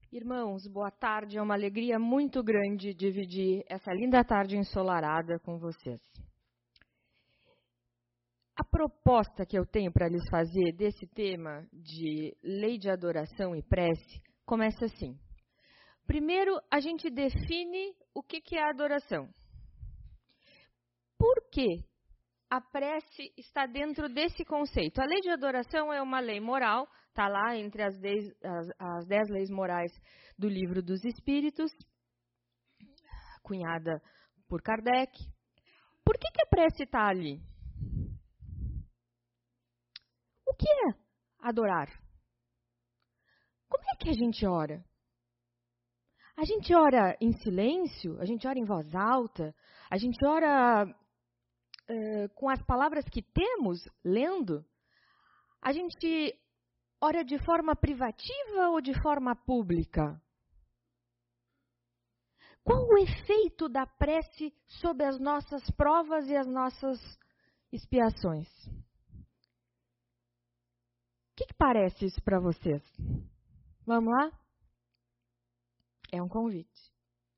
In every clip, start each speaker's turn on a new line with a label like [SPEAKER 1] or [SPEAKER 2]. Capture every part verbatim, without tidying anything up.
[SPEAKER 1] Irmãos, boa tarde. É uma alegria muito grande dividir essa linda tarde ensolarada com vocês. A proposta que eu tenho para lhes fazer desse tema de lei de adoração e prece começa assim. Primeiro, a gente define o que é adoração. Por que a prece está dentro desse conceito? A lei de adoração é uma lei moral, está lá entre as dez, as, as dez leis morais do Livro dos Espíritos, cunhada por Kardec. Por que, que a prece está ali? O que é adorar? Como é que a gente ora? A gente ora em silêncio? A gente ora em voz alta? A gente ora uh, com as palavras que temos, lendo? A gente ora de forma privativa ou de forma pública? Qual o efeito da prece sobre as nossas provas e as nossas expiações? O que, que parece isso para vocês? Vamos lá? É um convite.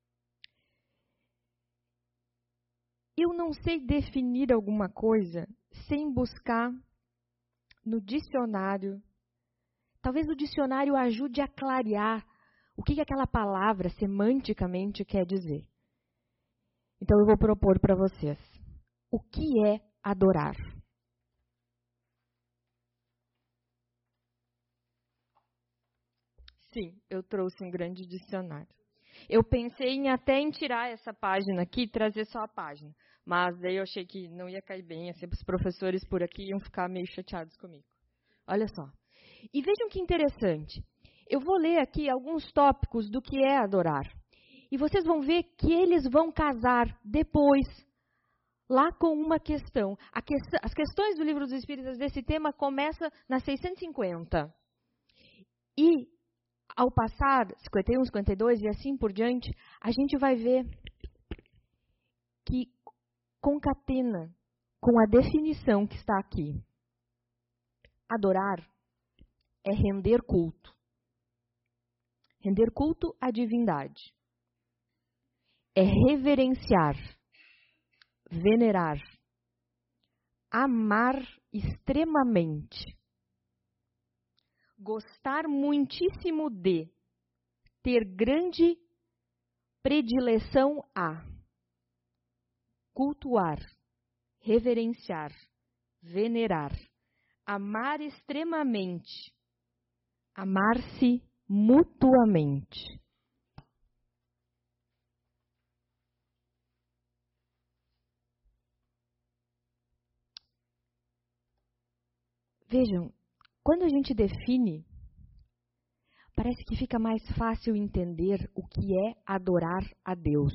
[SPEAKER 1] Eu não sei definir alguma coisa sem buscar no dicionário. Talvez o dicionário ajude a clarear o que, que aquela palavra semanticamente quer dizer. Então eu vou propor para vocês. O que é adorar? Sim, eu trouxe um grande dicionário. Eu pensei em até em tirar essa página aqui e trazer só a página. Mas daí eu achei que não ia cair bem, assim, os professores por aqui iam ficar meio chateados comigo. Olha só. E vejam que interessante. Eu vou ler aqui alguns tópicos do que é adorar. E vocês vão ver que eles vão casar depois, lá com uma questão. A que... As questões do Livro dos Espíritos desse tema começam na seiscentos e cinquenta. E ao passar, cinquenta e um, cinquenta e dois e assim por diante, a gente vai ver que concatena com a definição que está aqui. Adorar é render culto. Render culto à divindade. É reverenciar, venerar, amar extremamente. Gostar muitíssimo de, ter grande predileção a, cultuar, reverenciar, venerar, amar extremamente, amar-se mutuamente. Vejam, quando a gente define, parece que fica mais fácil entender o que é adorar a Deus.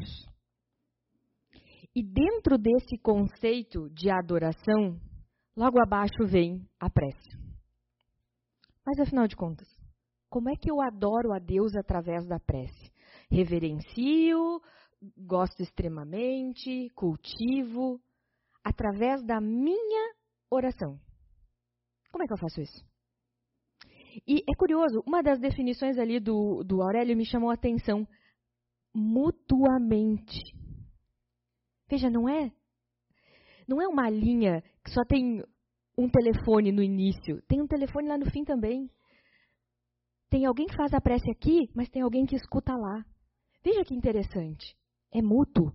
[SPEAKER 1] E dentro desse conceito de adoração, logo abaixo vem a prece. Mas afinal de contas, como é que eu adoro a Deus através da prece? Reverencio, gosto extremamente, cultivo, através da minha oração. Como é que eu faço isso? E é curioso, uma das definições ali do, do Aurélio me chamou a atenção. Mutuamente. Veja, não é, não é uma linha que só tem um telefone no início. Tem um telefone lá no fim também. Tem alguém que faz a prece aqui, mas tem alguém que escuta lá. Veja que interessante. É mútuo.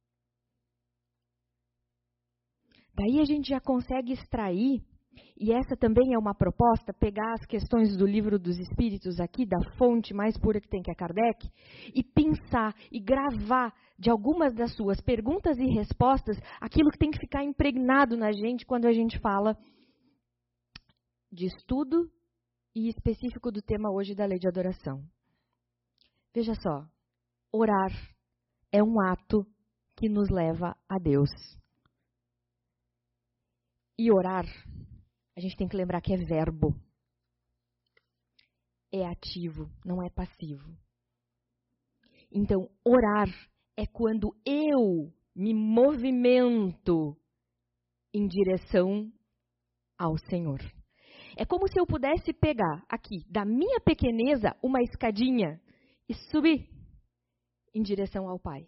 [SPEAKER 1] Daí a gente já consegue extrair. E essa também é uma proposta, pegar as questões do Livro dos Espíritos aqui, da fonte mais pura que tem, que é Kardec, e pensar e gravar de algumas das suas perguntas e respostas aquilo que tem que ficar impregnado na gente quando a gente fala de estudo e específico do tema hoje da lei de adoração. Veja só, orar é um ato que nos leva a Deus. E orar, a gente tem que lembrar que é verbo. É ativo, não é passivo. Então, orar é quando eu me movimento em direção ao Senhor. É como se eu pudesse pegar aqui, da minha pequeneza, uma escadinha e subir em direção ao Pai.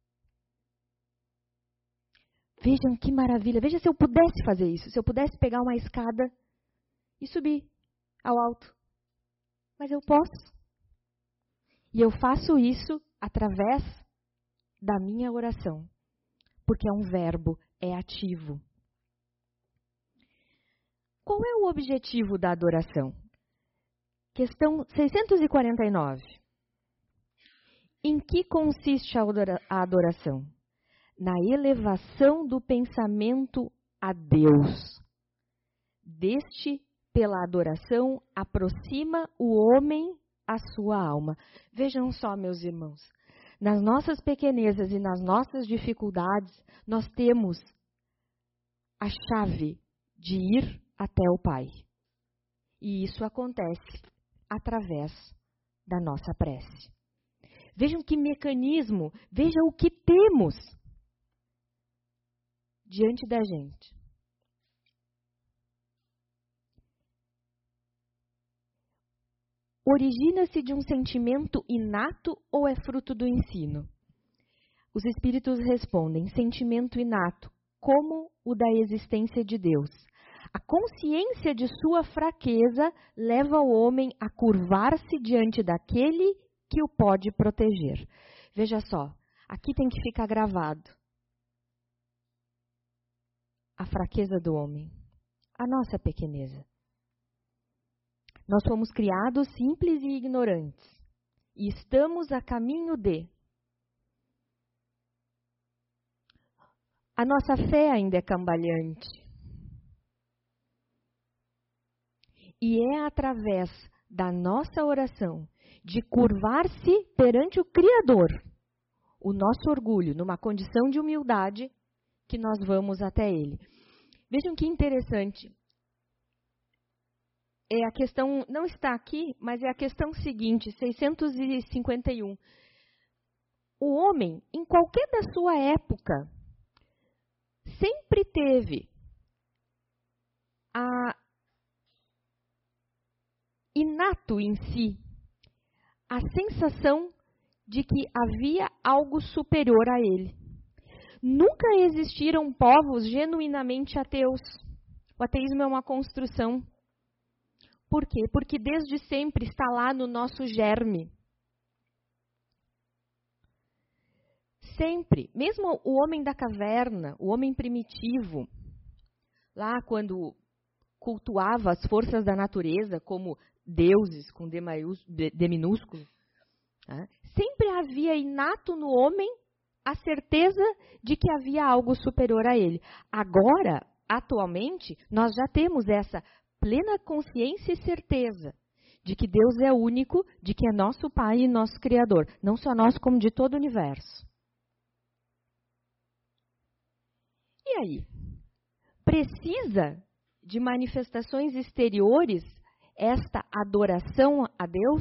[SPEAKER 1] Vejam que maravilha. Veja se eu pudesse fazer isso. Se eu pudesse pegar uma escada e subir ao alto. Mas eu posso. E eu faço isso através da minha oração. Porque é um verbo, é ativo. Qual é o objetivo da adoração? Questão seiscentos e quarenta e nove. Em que consiste a adoração? Na elevação do pensamento a Deus. Deste, pela adoração, aproxima o homem à sua alma. Vejam só, meus irmãos, nas nossas pequenezas e nas nossas dificuldades, nós temos a chave de ir até o Pai. E isso acontece através da nossa prece. Vejam que mecanismo, veja o que temos diante da gente. Origina-se de um sentimento inato ou é fruto do ensino? Os espíritos respondem, sentimento inato, como o da existência de Deus. A consciência de sua fraqueza leva o homem a curvar-se diante daquele que o pode proteger. Veja só, aqui tem que ficar gravado. A fraqueza do homem, a nossa pequeneza. Nós fomos criados simples e ignorantes, e estamos a caminho de. A nossa fé ainda é cambaleante. E é através da nossa oração, de curvar-se perante o Criador, o nosso orgulho, numa condição de humildade, que nós vamos até Ele. Vejam que interessante. É a questão, não está aqui, mas é a questão seguinte, seiscentos e cinquenta e um. O homem, em qualquer da sua época, sempre teve a inato em si a sensação de que havia algo superior a ele. Nunca existiram povos genuinamente ateus. O ateísmo é uma construção. Por quê? Porque desde sempre está lá no nosso germe. Sempre. Mesmo o homem da caverna, o homem primitivo, lá quando cultuava as forças da natureza como deuses, com D, maiúsculo, D minúsculo, né? Sempre havia inato no homem a certeza de que havia algo superior a ele. Agora, atualmente, nós já temos essa plena consciência e certeza de que Deus é único, de que é nosso Pai e nosso Criador. Não só nós, como de todo o universo. E aí? Precisa de manifestações exteriores esta adoração a Deus?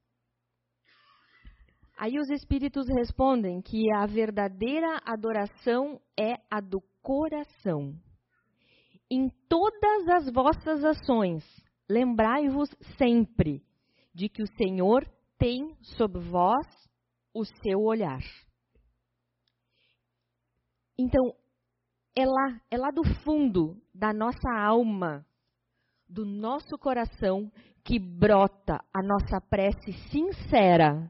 [SPEAKER 1] Aí os espíritos respondem que a verdadeira adoração é a do coração. Em todas as vossas ações, lembrai-vos sempre de que o Senhor tem sobre vós o seu olhar. Então, é lá, é lá do fundo da nossa alma, do nosso coração, que brota a nossa prece sincera.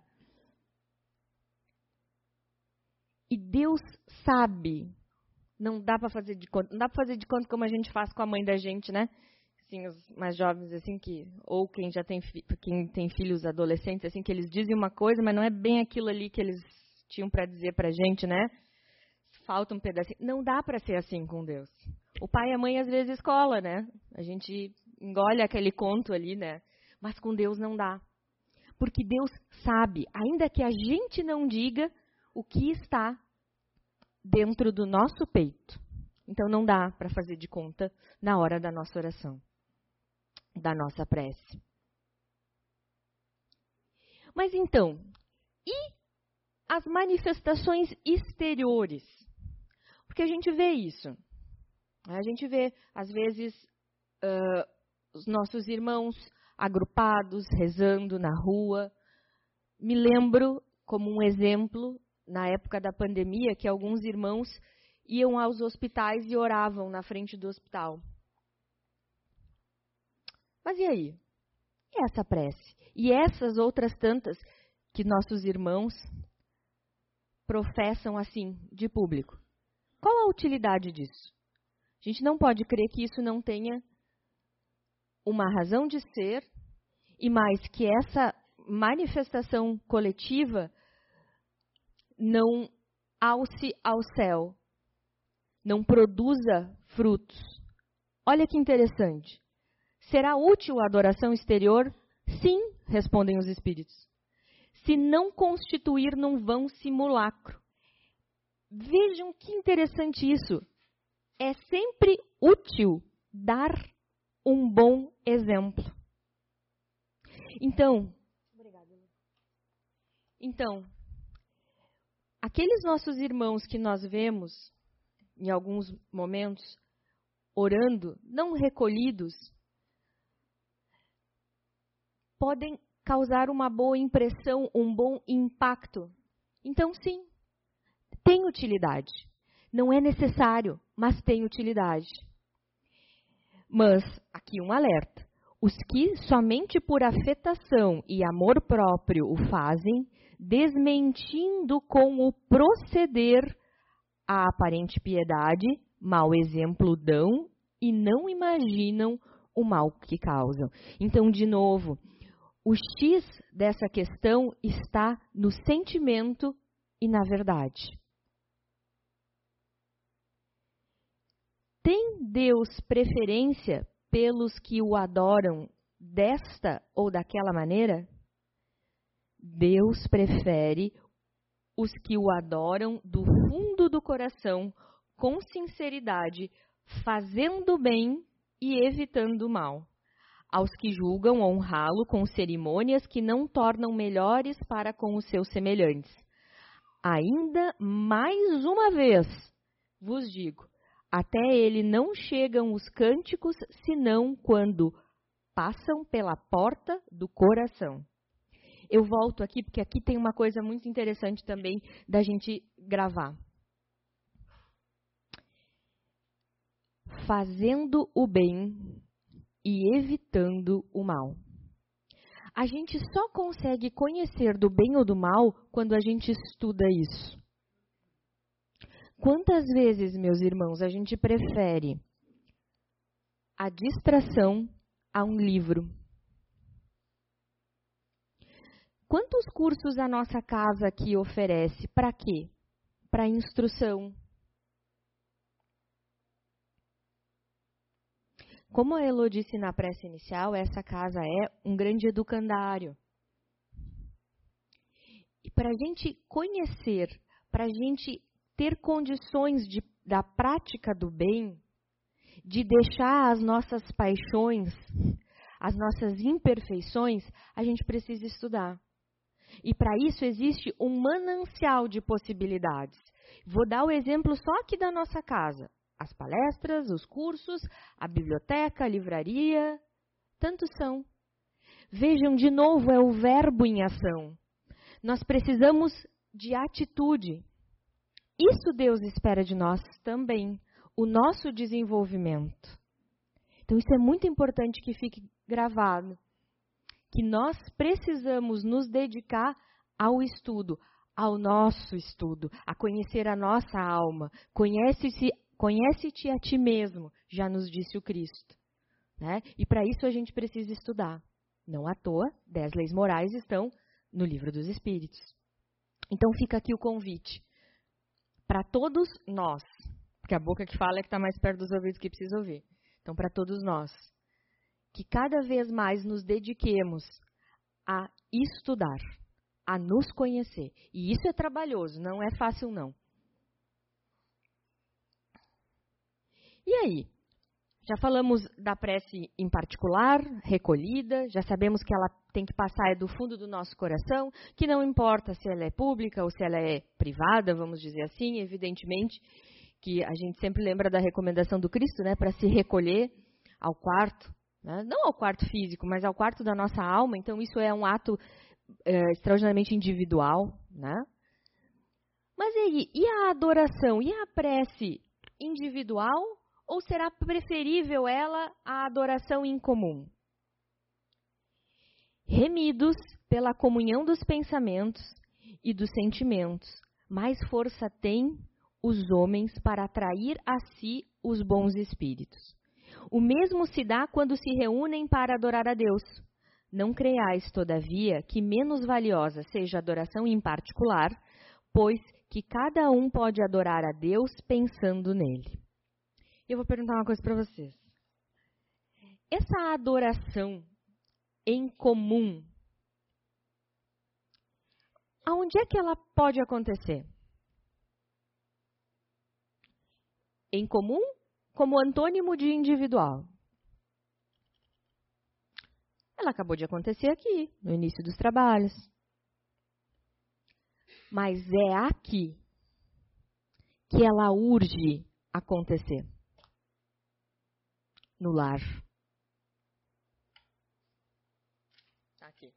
[SPEAKER 1] E Deus sabe. Não dá para fazer de conta, não dá para fazer de conta como a gente faz com a mãe da gente, né? Assim, os mais jovens, assim, que, ou quem já tem, quem tem filhos adolescentes, assim, que eles dizem uma coisa, mas não é bem aquilo ali que eles tinham para dizer para a gente, né? Falta um pedacinho. Não dá para ser assim com Deus. O pai e a mãe às vezes cola, né? A gente engole aquele conto ali, né? Mas com Deus não dá. Porque Deus sabe, ainda que a gente não diga, o que está dentro do nosso peito. Então, não dá para fazer de conta na hora da nossa oração, da nossa prece. Mas então, e as manifestações exteriores? Porque a gente vê isso. A gente vê, às vezes, uh, os nossos irmãos agrupados, rezando na rua, me lembro, como um exemplo, na época da pandemia, que alguns irmãos iam aos hospitais e oravam na frente do hospital. Mas e aí? E essa prece? E essas outras tantas que nossos irmãos professam assim, de público? Qual a utilidade disso? A gente não pode crer que isso não tenha uma razão de ser e mais que essa manifestação coletiva não alce ao céu, não produza frutos. Olha que interessante. Será útil a adoração exterior? Sim, respondem os espíritos. Se não constituir num vão simulacro. Vejam que interessante isso. É sempre útil dar um bom exemplo. Então, então, aqueles nossos irmãos que nós vemos, em alguns momentos, orando, não recolhidos, podem causar uma boa impressão, um bom impacto. Então, sim, tem utilidade. Não é necessário, mas tem utilidade. Mas, aqui um alerta. Os que somente por afetação e amor próprio o fazem, desmentindo com o proceder a aparente piedade, mau exemplo dão e não imaginam o mal que causam. Então, de novo, o X dessa questão está no sentimento e na verdade. Tem Deus preferência pelos que o adoram desta ou daquela maneira? Deus prefere os que o adoram do fundo do coração, com sinceridade, fazendo bem e evitando o mal. Aos que julgam honrá-lo com cerimônias que não tornam melhores para com os seus semelhantes. Ainda mais uma vez, vos digo, até ele não chegam os cânticos, senão quando passam pela porta do coração. Eu volto aqui, porque aqui tem uma coisa muito interessante também da gente gravar. Fazendo o bem e evitando o mal. A gente só consegue conhecer do bem ou do mal quando a gente estuda isso. Quantas vezes, meus irmãos, a gente prefere a distração a um livro? Quantos cursos a nossa casa aqui oferece? Para quê? Para instrução. Como a Elô disse na prece inicial, essa casa é um grande educandário. E para a gente conhecer, para a gente ter condições de, da prática do bem, de deixar as nossas paixões, as nossas imperfeições, a gente precisa estudar. E para isso existe um manancial de possibilidades. Vou dar o exemplo só aqui da nossa casa. As palestras, os cursos, a biblioteca, a livraria, tantos são. Vejam, de novo, é o verbo em ação. Nós precisamos de atitude. Isso Deus espera de nós também, o nosso desenvolvimento. Então, isso é muito importante que fique gravado. Que nós precisamos nos dedicar ao estudo, ao nosso estudo, a conhecer a nossa alma. Conhece-se Conhece-te a ti mesmo, já nos disse o Cristo. Né? E para isso a gente precisa estudar. Não à toa, dez leis morais estão no Livro dos Espíritos. Então fica aqui o convite. Para todos nós, porque a boca que fala é que está mais perto dos ouvidos que precisa ouvir. Então, para todos nós, que cada vez mais nos dediquemos a estudar, a nos conhecer. E isso é trabalhoso, não é fácil não. E aí? Já falamos da prece em particular, recolhida, já sabemos que ela tem que passar do fundo do nosso coração, que não importa se ela é pública ou se ela é privada, vamos dizer assim, evidentemente que a gente sempre lembra da recomendação do Cristo, né, para se recolher ao quarto, né, não ao quarto físico, mas ao quarto da nossa alma, então isso é um ato é, extraordinariamente individual, né? Mas e aí, e a adoração, e a prece individual, ou será preferível ela à adoração em comum? Remidos pela comunhão dos pensamentos e dos sentimentos, mais força têm os homens para atrair a si os bons espíritos. O mesmo se dá quando se reúnem para adorar a Deus. Não creais, todavia, que menos valiosa seja a adoração em particular, pois que cada um pode adorar a Deus pensando nele. Eu vou perguntar uma coisa para vocês. Essa adoração em comum, aonde é que ela pode acontecer? Em comum, como antônimo de individual. Ela acabou de acontecer aqui, no início dos trabalhos. Mas é aqui que ela urge acontecer. No lar. Aqui.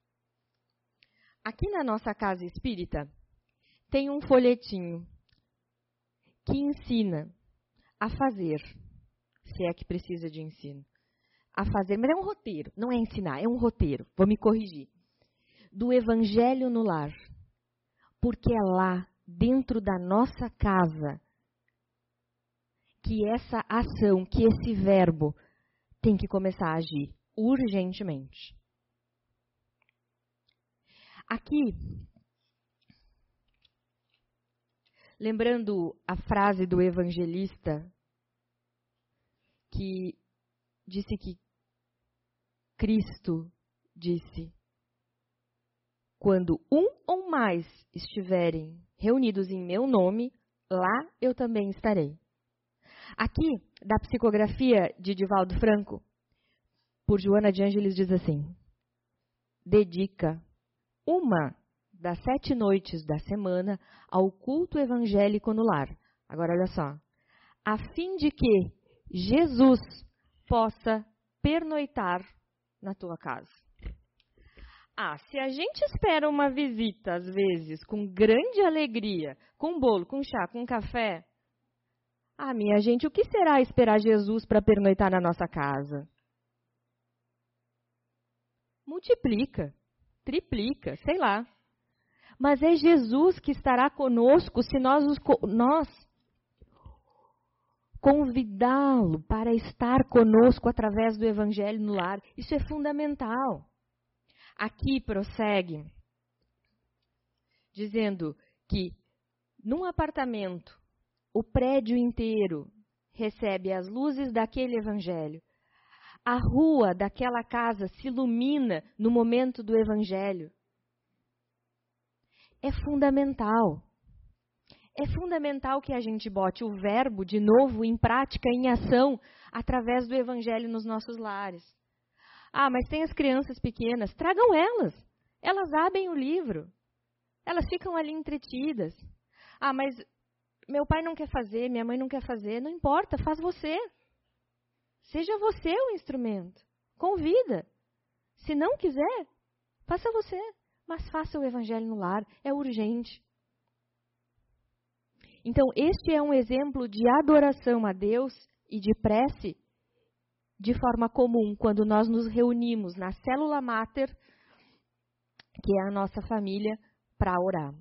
[SPEAKER 1] Aqui na nossa casa espírita, tem um folhetinho que ensina a fazer, se é que precisa de ensino, a fazer, mas é um roteiro, não é ensinar, é um roteiro, vou me corrigir, do Evangelho no lar, porque é lá, dentro da nossa casa, que essa ação, que esse verbo tem que começar a agir urgentemente. Aqui, lembrando a frase do evangelista que disse que Cristo disse: quando um ou mais estiverem reunidos em meu nome, lá eu também estarei. Aqui, da psicografia de Divaldo Franco, por Joana de Ângeles, diz assim: dedica uma das sete noites da semana ao culto evangélico no lar. Agora, olha só. A fim de que Jesus possa pernoitar na tua casa. Ah, se a gente espera uma visita, às vezes, com grande alegria, com bolo, com chá, com café, ah, minha gente, o que será esperar Jesus para pernoitar na nossa casa? Multiplica, triplica, sei lá. Mas é Jesus que estará conosco se nós, os, nós convidá-lo para estar conosco através do Evangelho no lar. Isso é fundamental. Aqui prossegue dizendo que num apartamento o prédio inteiro recebe as luzes daquele Evangelho. A rua daquela casa se ilumina no momento do Evangelho. É fundamental. É fundamental que a gente bote o verbo, de novo, em prática, em ação, através do Evangelho nos nossos lares. Ah, mas tem as crianças pequenas. Tragam elas. Elas abrem o livro. Elas ficam ali entretidas. Ah, mas meu pai não quer fazer, minha mãe não quer fazer. Não importa, faz você. Seja você o instrumento. Convida. Se não quiser, faça você. Mas faça o Evangelho no lar. É urgente. Então, este é um exemplo de adoração a Deus e de prece de forma comum, quando nós nos reunimos na célula máter, que é a nossa família, para orar.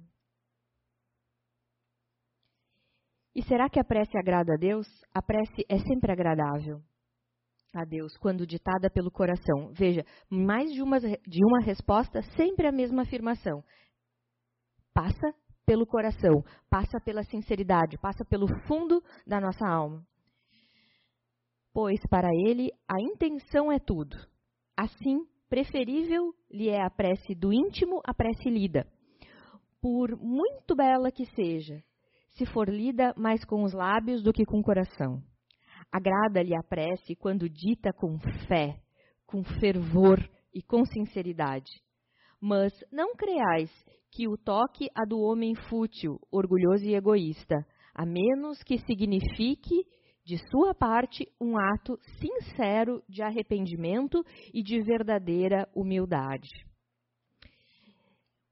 [SPEAKER 1] E será que a prece agrada a Deus? A prece é sempre agradável a Deus, quando ditada pelo coração. Veja, mais de uma, de uma resposta, sempre a mesma afirmação. Passa pelo coração, passa pela sinceridade, passa pelo fundo da nossa alma. Pois para ele a intenção é tudo. Assim, preferível lhe é a prece do íntimo à prece lida. Por muito bela que seja, se for lida mais com os lábios do que com o coração. Agrada-lhe a prece quando dita com fé, com fervor e com sinceridade. Mas não creais que o toque a do homem fútil, orgulhoso e egoísta, a menos que signifique, de sua parte, um ato sincero de arrependimento e de verdadeira humildade.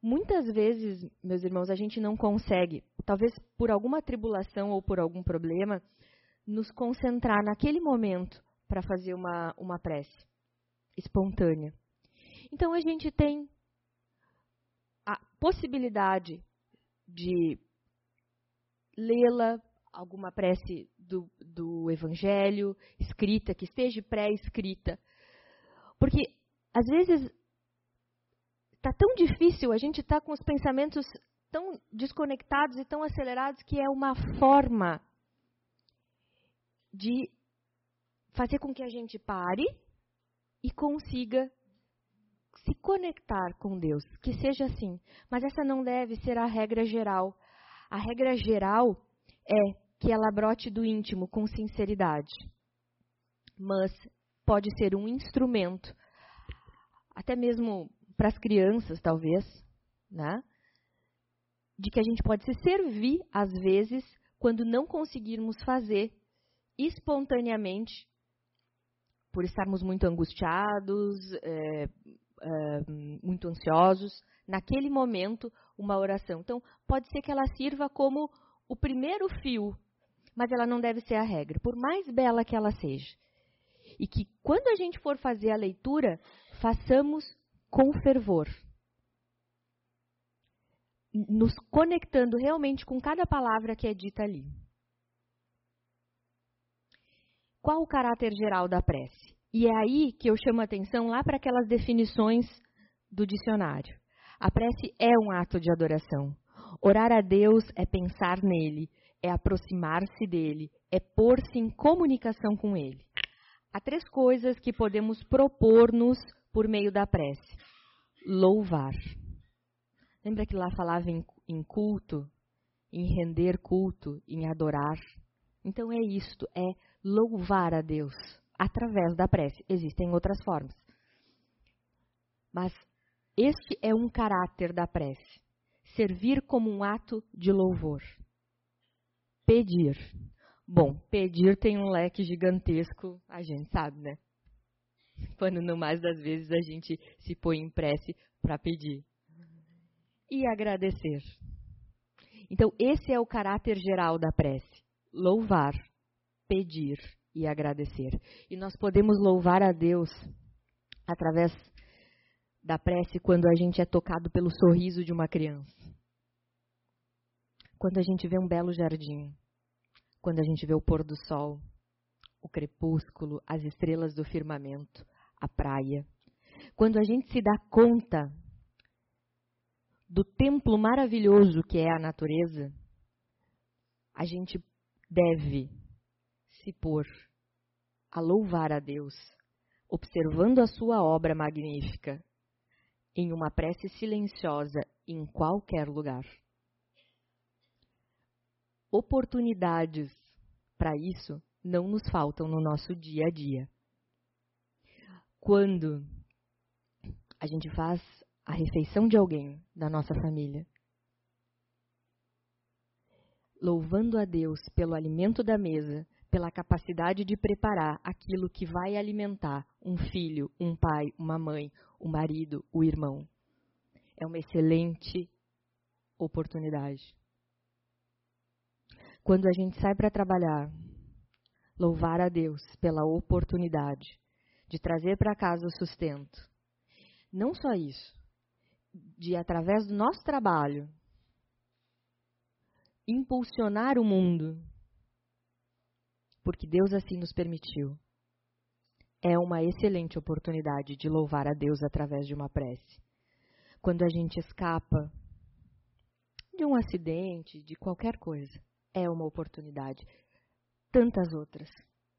[SPEAKER 1] Muitas vezes, meus irmãos, a gente não consegue, talvez por alguma tribulação ou por algum problema, nos concentrar naquele momento para fazer uma, uma prece espontânea. Então, a gente tem a possibilidade de lê-la, alguma prece do, do Evangelho, escrita, que esteja pré-escrita. Porque, às vezes, está tão difícil, a gente está com os pensamentos tão desconectados e tão acelerados que é uma forma de fazer com que a gente pare e consiga se conectar com Deus, que seja assim. Mas essa não deve ser a regra geral. A regra geral é que ela brote do íntimo, com sinceridade. Mas pode ser um instrumento, até mesmo para as crianças, talvez, né? De que a gente pode se servir, às vezes, quando não conseguirmos fazer espontaneamente, por estarmos muito angustiados, é, é, muito ansiosos, naquele momento, uma oração. Então, pode ser que ela sirva como o primeiro fio, mas ela não deve ser a regra, por mais bela que ela seja. E que, quando a gente for fazer a leitura, façamos com fervor, nos conectando realmente com cada palavra que é dita ali. Qual o caráter geral da prece? E é aí que eu chamo a atenção lá para aquelas definições do dicionário. A prece é um ato de adoração. Orar a Deus é pensar nele, é aproximar-se dele, é pôr-se em comunicação com ele. Há três coisas que podemos propor-nos por meio da prece. Louvar. Lembra que lá falava em, em culto, em render culto, em adorar? Então é isto, é louvar a Deus através da prece. Existem outras formas. Mas este é um caráter da prece. Servir como um ato de louvor. Pedir. Bom, pedir tem um leque gigantesco, a gente sabe, né? Quando no mais das vezes a gente se põe em prece para pedir. E agradecer. Então, esse é o caráter geral da prece. Louvar, pedir e agradecer. E nós podemos louvar a Deus através da prece quando a gente é tocado pelo sorriso de uma criança. Quando a gente vê um belo jardim. Quando a gente vê o pôr do sol, o crepúsculo, as estrelas do firmamento, a praia. Quando a gente se dá conta do templo maravilhoso que é a natureza, a gente deve se pôr a louvar a Deus, observando a sua obra magnífica, em uma prece silenciosa em qualquer lugar. Oportunidades para isso não nos faltam no nosso dia a dia. Quando a gente faz a refeição de alguém da nossa família, louvando a Deus pelo alimento da mesa, pela capacidade de preparar aquilo que vai alimentar um filho, um pai, uma mãe, o marido, o irmão. É uma excelente oportunidade. Quando a gente sai para trabalhar, louvar a Deus pela oportunidade de trazer para casa o sustento. Não só isso, de através do nosso trabalho, impulsionar o mundo, porque Deus assim nos permitiu. É uma excelente oportunidade de louvar a Deus através de uma prece. Quando a gente escapa de um acidente, de qualquer coisa, é uma oportunidade. Tantas outras.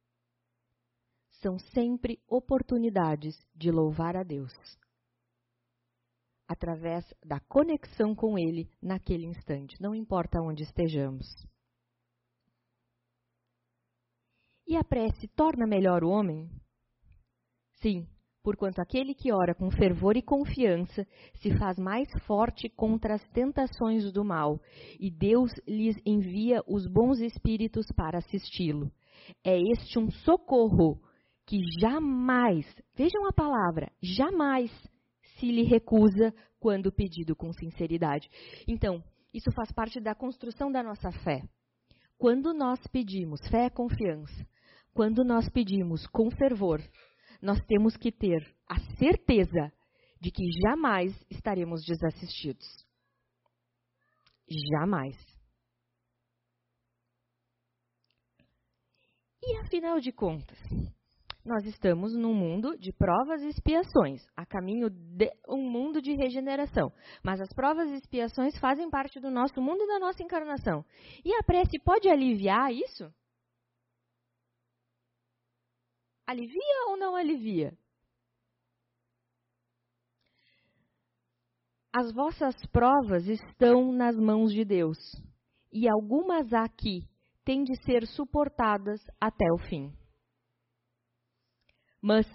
[SPEAKER 1] São sempre oportunidades de louvar a Deus, através da conexão com Ele naquele instante, não importa onde estejamos. E a prece torna melhor o homem? Sim, porquanto aquele que ora com fervor e confiança se faz mais forte contra as tentações do mal, e Deus lhes envia os bons espíritos para assisti-lo. É este um socorro que jamais, vejam a palavra, jamais se lhe recusa quando pedido com sinceridade. Então, isso faz parte da construção da nossa fé. Quando nós pedimos, fé é confiança, quando nós pedimos com fervor, nós temos que ter a certeza de que jamais estaremos desassistidos. Jamais. E afinal de contas, nós estamos num mundo de provas e expiações, a caminho de um mundo de regeneração. Mas as provas e expiações fazem parte do nosso mundo e da nossa encarnação. E a prece pode aliviar isso? Alivia ou não alivia? As vossas provas estão nas mãos de Deus, e algumas aqui têm de ser suportadas até o fim. Mas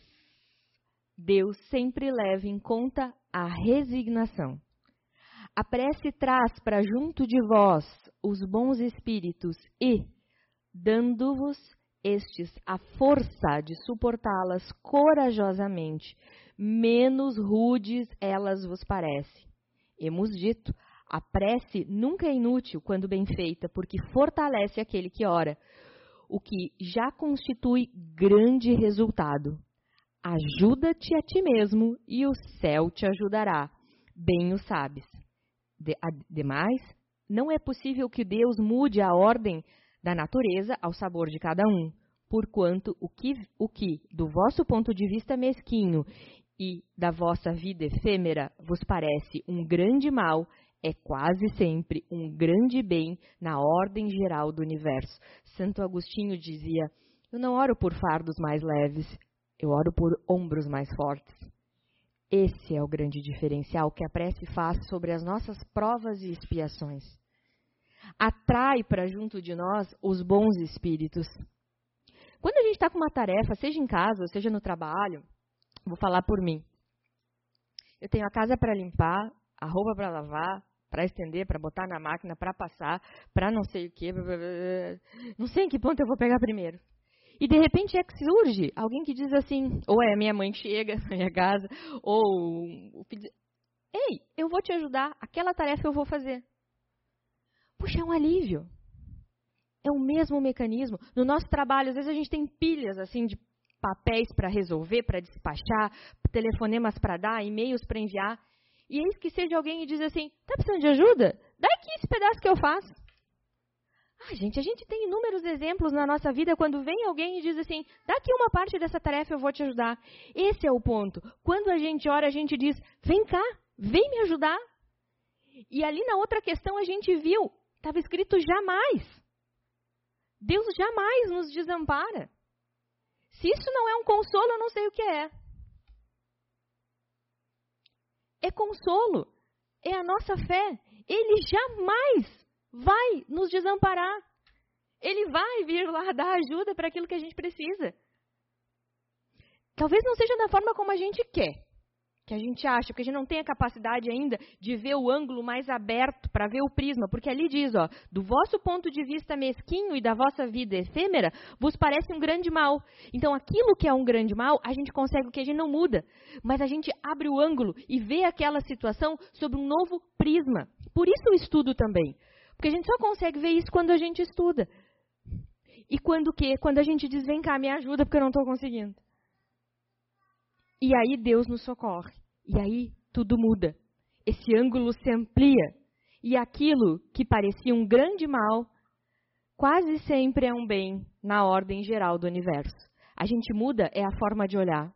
[SPEAKER 1] Deus sempre leva em conta a resignação. A prece traz para junto de vós os bons espíritos e, dando-vos estes a força de suportá-las corajosamente, menos rudes elas vos parecem. Hemos dito, a prece nunca é inútil quando bem feita, porque fortalece aquele que ora, o que já constitui grande resultado. Ajuda-te a ti mesmo e o céu te ajudará, bem o sabes. De, ademais, não é possível que Deus mude a ordem da natureza ao sabor de cada um, porquanto o que, o que, do vosso ponto de vista mesquinho e da vossa vida efêmera, vos parece um grande mal, é quase sempre um grande bem na ordem geral do universo. Santo Agostinho dizia, eu não oro por fardos mais leves, eu oro por ombros mais fortes. Esse é o grande diferencial que a prece faz sobre as nossas provas e expiações. Atrai para junto de nós os bons espíritos. Quando a gente está com uma tarefa, seja em casa ou seja no trabalho, vou falar por mim. Eu tenho a casa para limpar, a roupa para lavar, para estender, para botar na máquina, para passar, para não sei o quê. Não sei em que ponto eu vou pegar primeiro. E de repente é que surge alguém que diz assim, ou é a minha mãe que chega na minha casa, ou o filho diz, ei, eu vou te ajudar, aquela tarefa eu vou fazer. Puxa, é um alívio. É o mesmo mecanismo. No nosso trabalho, às vezes a gente tem pilhas assim de papéis para resolver, para despachar, telefonemas para dar, e-mails para enviar. E eis que seja alguém e diz assim, tá precisando de ajuda? Dá aqui esse pedaço que eu faço. Ah, gente, a gente tem inúmeros exemplos na nossa vida quando vem alguém e diz assim, dá aqui uma parte dessa tarefa, eu vou te ajudar. Esse é o ponto. Quando a gente ora, a gente diz, vem cá, vem me ajudar. E ali na outra questão a gente viu, estava escrito jamais. Deus jamais nos desampara. Se isso não é um consolo, eu não sei o que é. É consolo, é a nossa fé. Ele jamais vai nos desamparar. Ele vai vir lá dar ajuda para aquilo que a gente precisa. Talvez não seja da forma como a gente quer, que a gente acha, porque a gente não tem a capacidade ainda de ver o ângulo mais aberto para ver o prisma, porque ali diz, ó, do vosso ponto de vista mesquinho e da vossa vida efêmera, vos parece um grande mal. Então, aquilo que é um grande mal, a gente consegue, o que a gente não muda, mas a gente abre o ângulo e vê aquela situação sob um novo prisma. Por isso o estudo também, porque a gente só consegue ver isso quando a gente estuda. E quando o quê? Quando a gente diz, vem cá, me ajuda, porque eu não estou conseguindo. E aí Deus nos socorre. E aí tudo muda. Esse ângulo se amplia. E aquilo que parecia um grande mal, quase sempre é um bem na ordem geral do universo. A gente muda é a forma de olhar.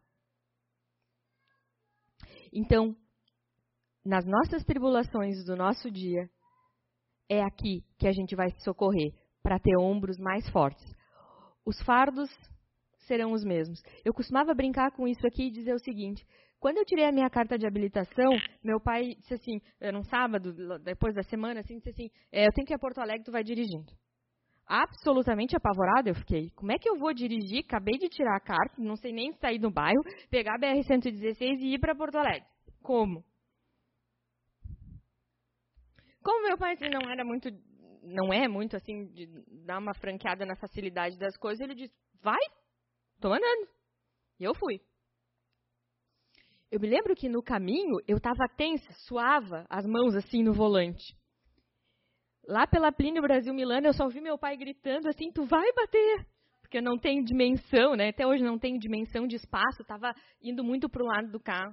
[SPEAKER 1] Então, nas nossas tribulações do nosso dia, é aqui que a gente vai se socorrer para ter ombros mais fortes. Os fardos serão os mesmos. Eu costumava brincar com isso aqui e dizer o seguinte, quando eu tirei a minha carta de habilitação, meu pai disse assim, era um sábado, depois da semana, assim, disse assim, é, eu tenho que ir a Porto Alegre, tu vai dirigindo. Absolutamente apavorada eu fiquei. Como é que eu vou dirigir? Acabei de tirar a carta, não sei nem sair do bairro, pegar a B R cento e dezesseis e ir para Porto Alegre. Como? Como meu pai assim, não era muito, não é muito assim, de dar uma franqueada na facilidade das coisas, ele disse, vai, tô andando. E eu fui. Eu me lembro que no caminho eu estava tensa, suava as mãos assim no volante. Lá pela Plínio Brasil Milano, eu só ouvi meu pai gritando assim, tu vai bater, porque não tem dimensão, né? Até hoje não tem dimensão de espaço, estava indo muito para o lado do carro.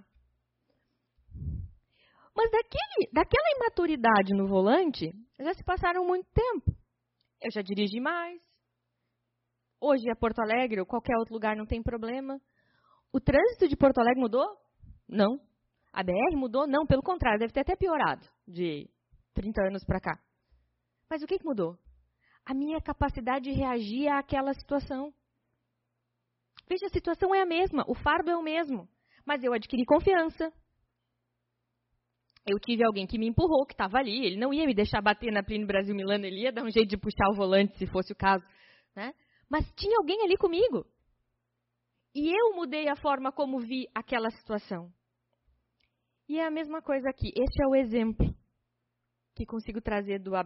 [SPEAKER 1] Mas daquele, daquela imaturidade no volante, já se passaram muito tempo. Eu já dirigi mais. Hoje é Porto Alegre ou qualquer outro lugar não tem problema. O trânsito de Porto Alegre mudou? Não. A B R mudou? Não, pelo contrário, deve ter até piorado de trinta anos para cá. Mas o que, que mudou? A minha capacidade de reagir àquela situação. Veja, a situação é a mesma, o fardo é o mesmo, mas eu adquiri confiança. Eu tive alguém que me empurrou, que estava ali, ele não ia me deixar bater na Plínio Brasil Milano, ele ia dar um jeito de puxar o volante, se fosse o caso, né? Mas tinha alguém ali comigo. E eu mudei a forma como vi aquela situação. E é a mesma coisa aqui. Este é o exemplo que consigo trazer do,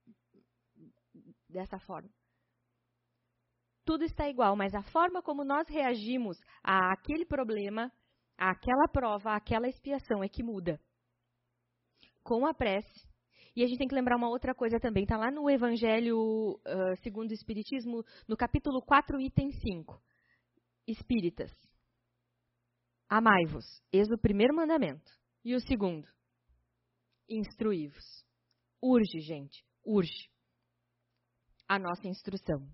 [SPEAKER 1] dessa forma. Tudo está igual, mas a forma como nós reagimos àquele problema, àquela prova, àquela expiação é que muda. Com a prece. E a gente tem que lembrar uma outra coisa também. Está lá no Evangelho uh, segundo o Espiritismo, no capítulo quatro, item cinco. Espíritas, amai-vos. Eis o primeiro mandamento. E o segundo, instruí-vos. Urge, gente, urge a nossa instrução.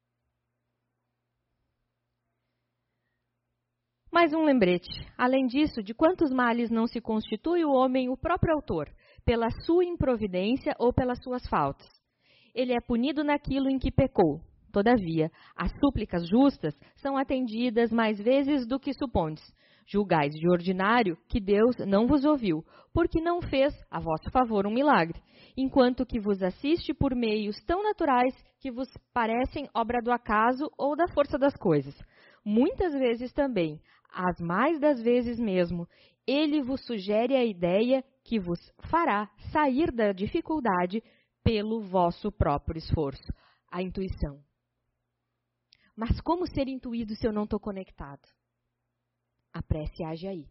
[SPEAKER 1] Mais um lembrete. Além disso, de quantos males não se constitui o homem o próprio autor, pela sua improvidência ou pelas suas faltas. Ele é punido naquilo em que pecou. Todavia, as súplicas justas são atendidas mais vezes do que supondes. Julgais de ordinário que Deus não vos ouviu, porque não fez a vosso favor um milagre, enquanto que vos assiste por meios tão naturais que vos parecem obra do acaso ou da força das coisas. Muitas vezes também, as mais das vezes mesmo, ele vos sugere a ideia que vos fará sair da dificuldade pelo vosso próprio esforço, a intuição. Mas como ser intuído se eu não estou conectado? A prece age aí.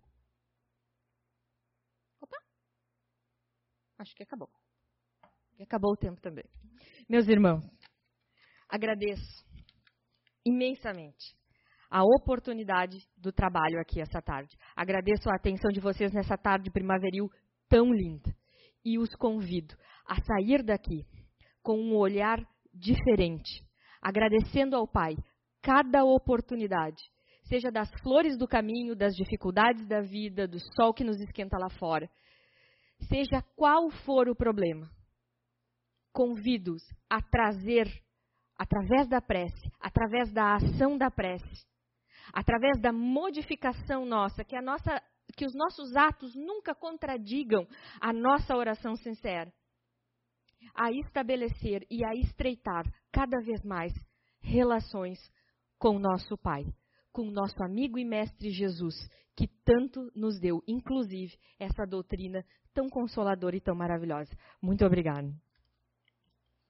[SPEAKER 1] Opa! Acho que acabou. Acabou o tempo também. Meus irmãos, agradeço imensamente a oportunidade do trabalho aqui essa tarde. Agradeço a atenção de vocês nessa tarde primaveril tão linda. E os convido a sair daqui com um olhar diferente, agradecendo ao Pai cada oportunidade, seja das flores do caminho, das dificuldades da vida, do sol que nos esquenta lá fora, seja qual for o problema. Convido-os a trazer, através da prece, através da ação da prece, através da modificação nossa, que, a nossa, que os nossos atos nunca contradigam a nossa oração sincera, a estabelecer e a estreitar cada vez mais relações com o nosso Pai, com o nosso amigo e mestre Jesus, que tanto nos deu, inclusive, essa doutrina tão consoladora e tão maravilhosa. Muito obrigada.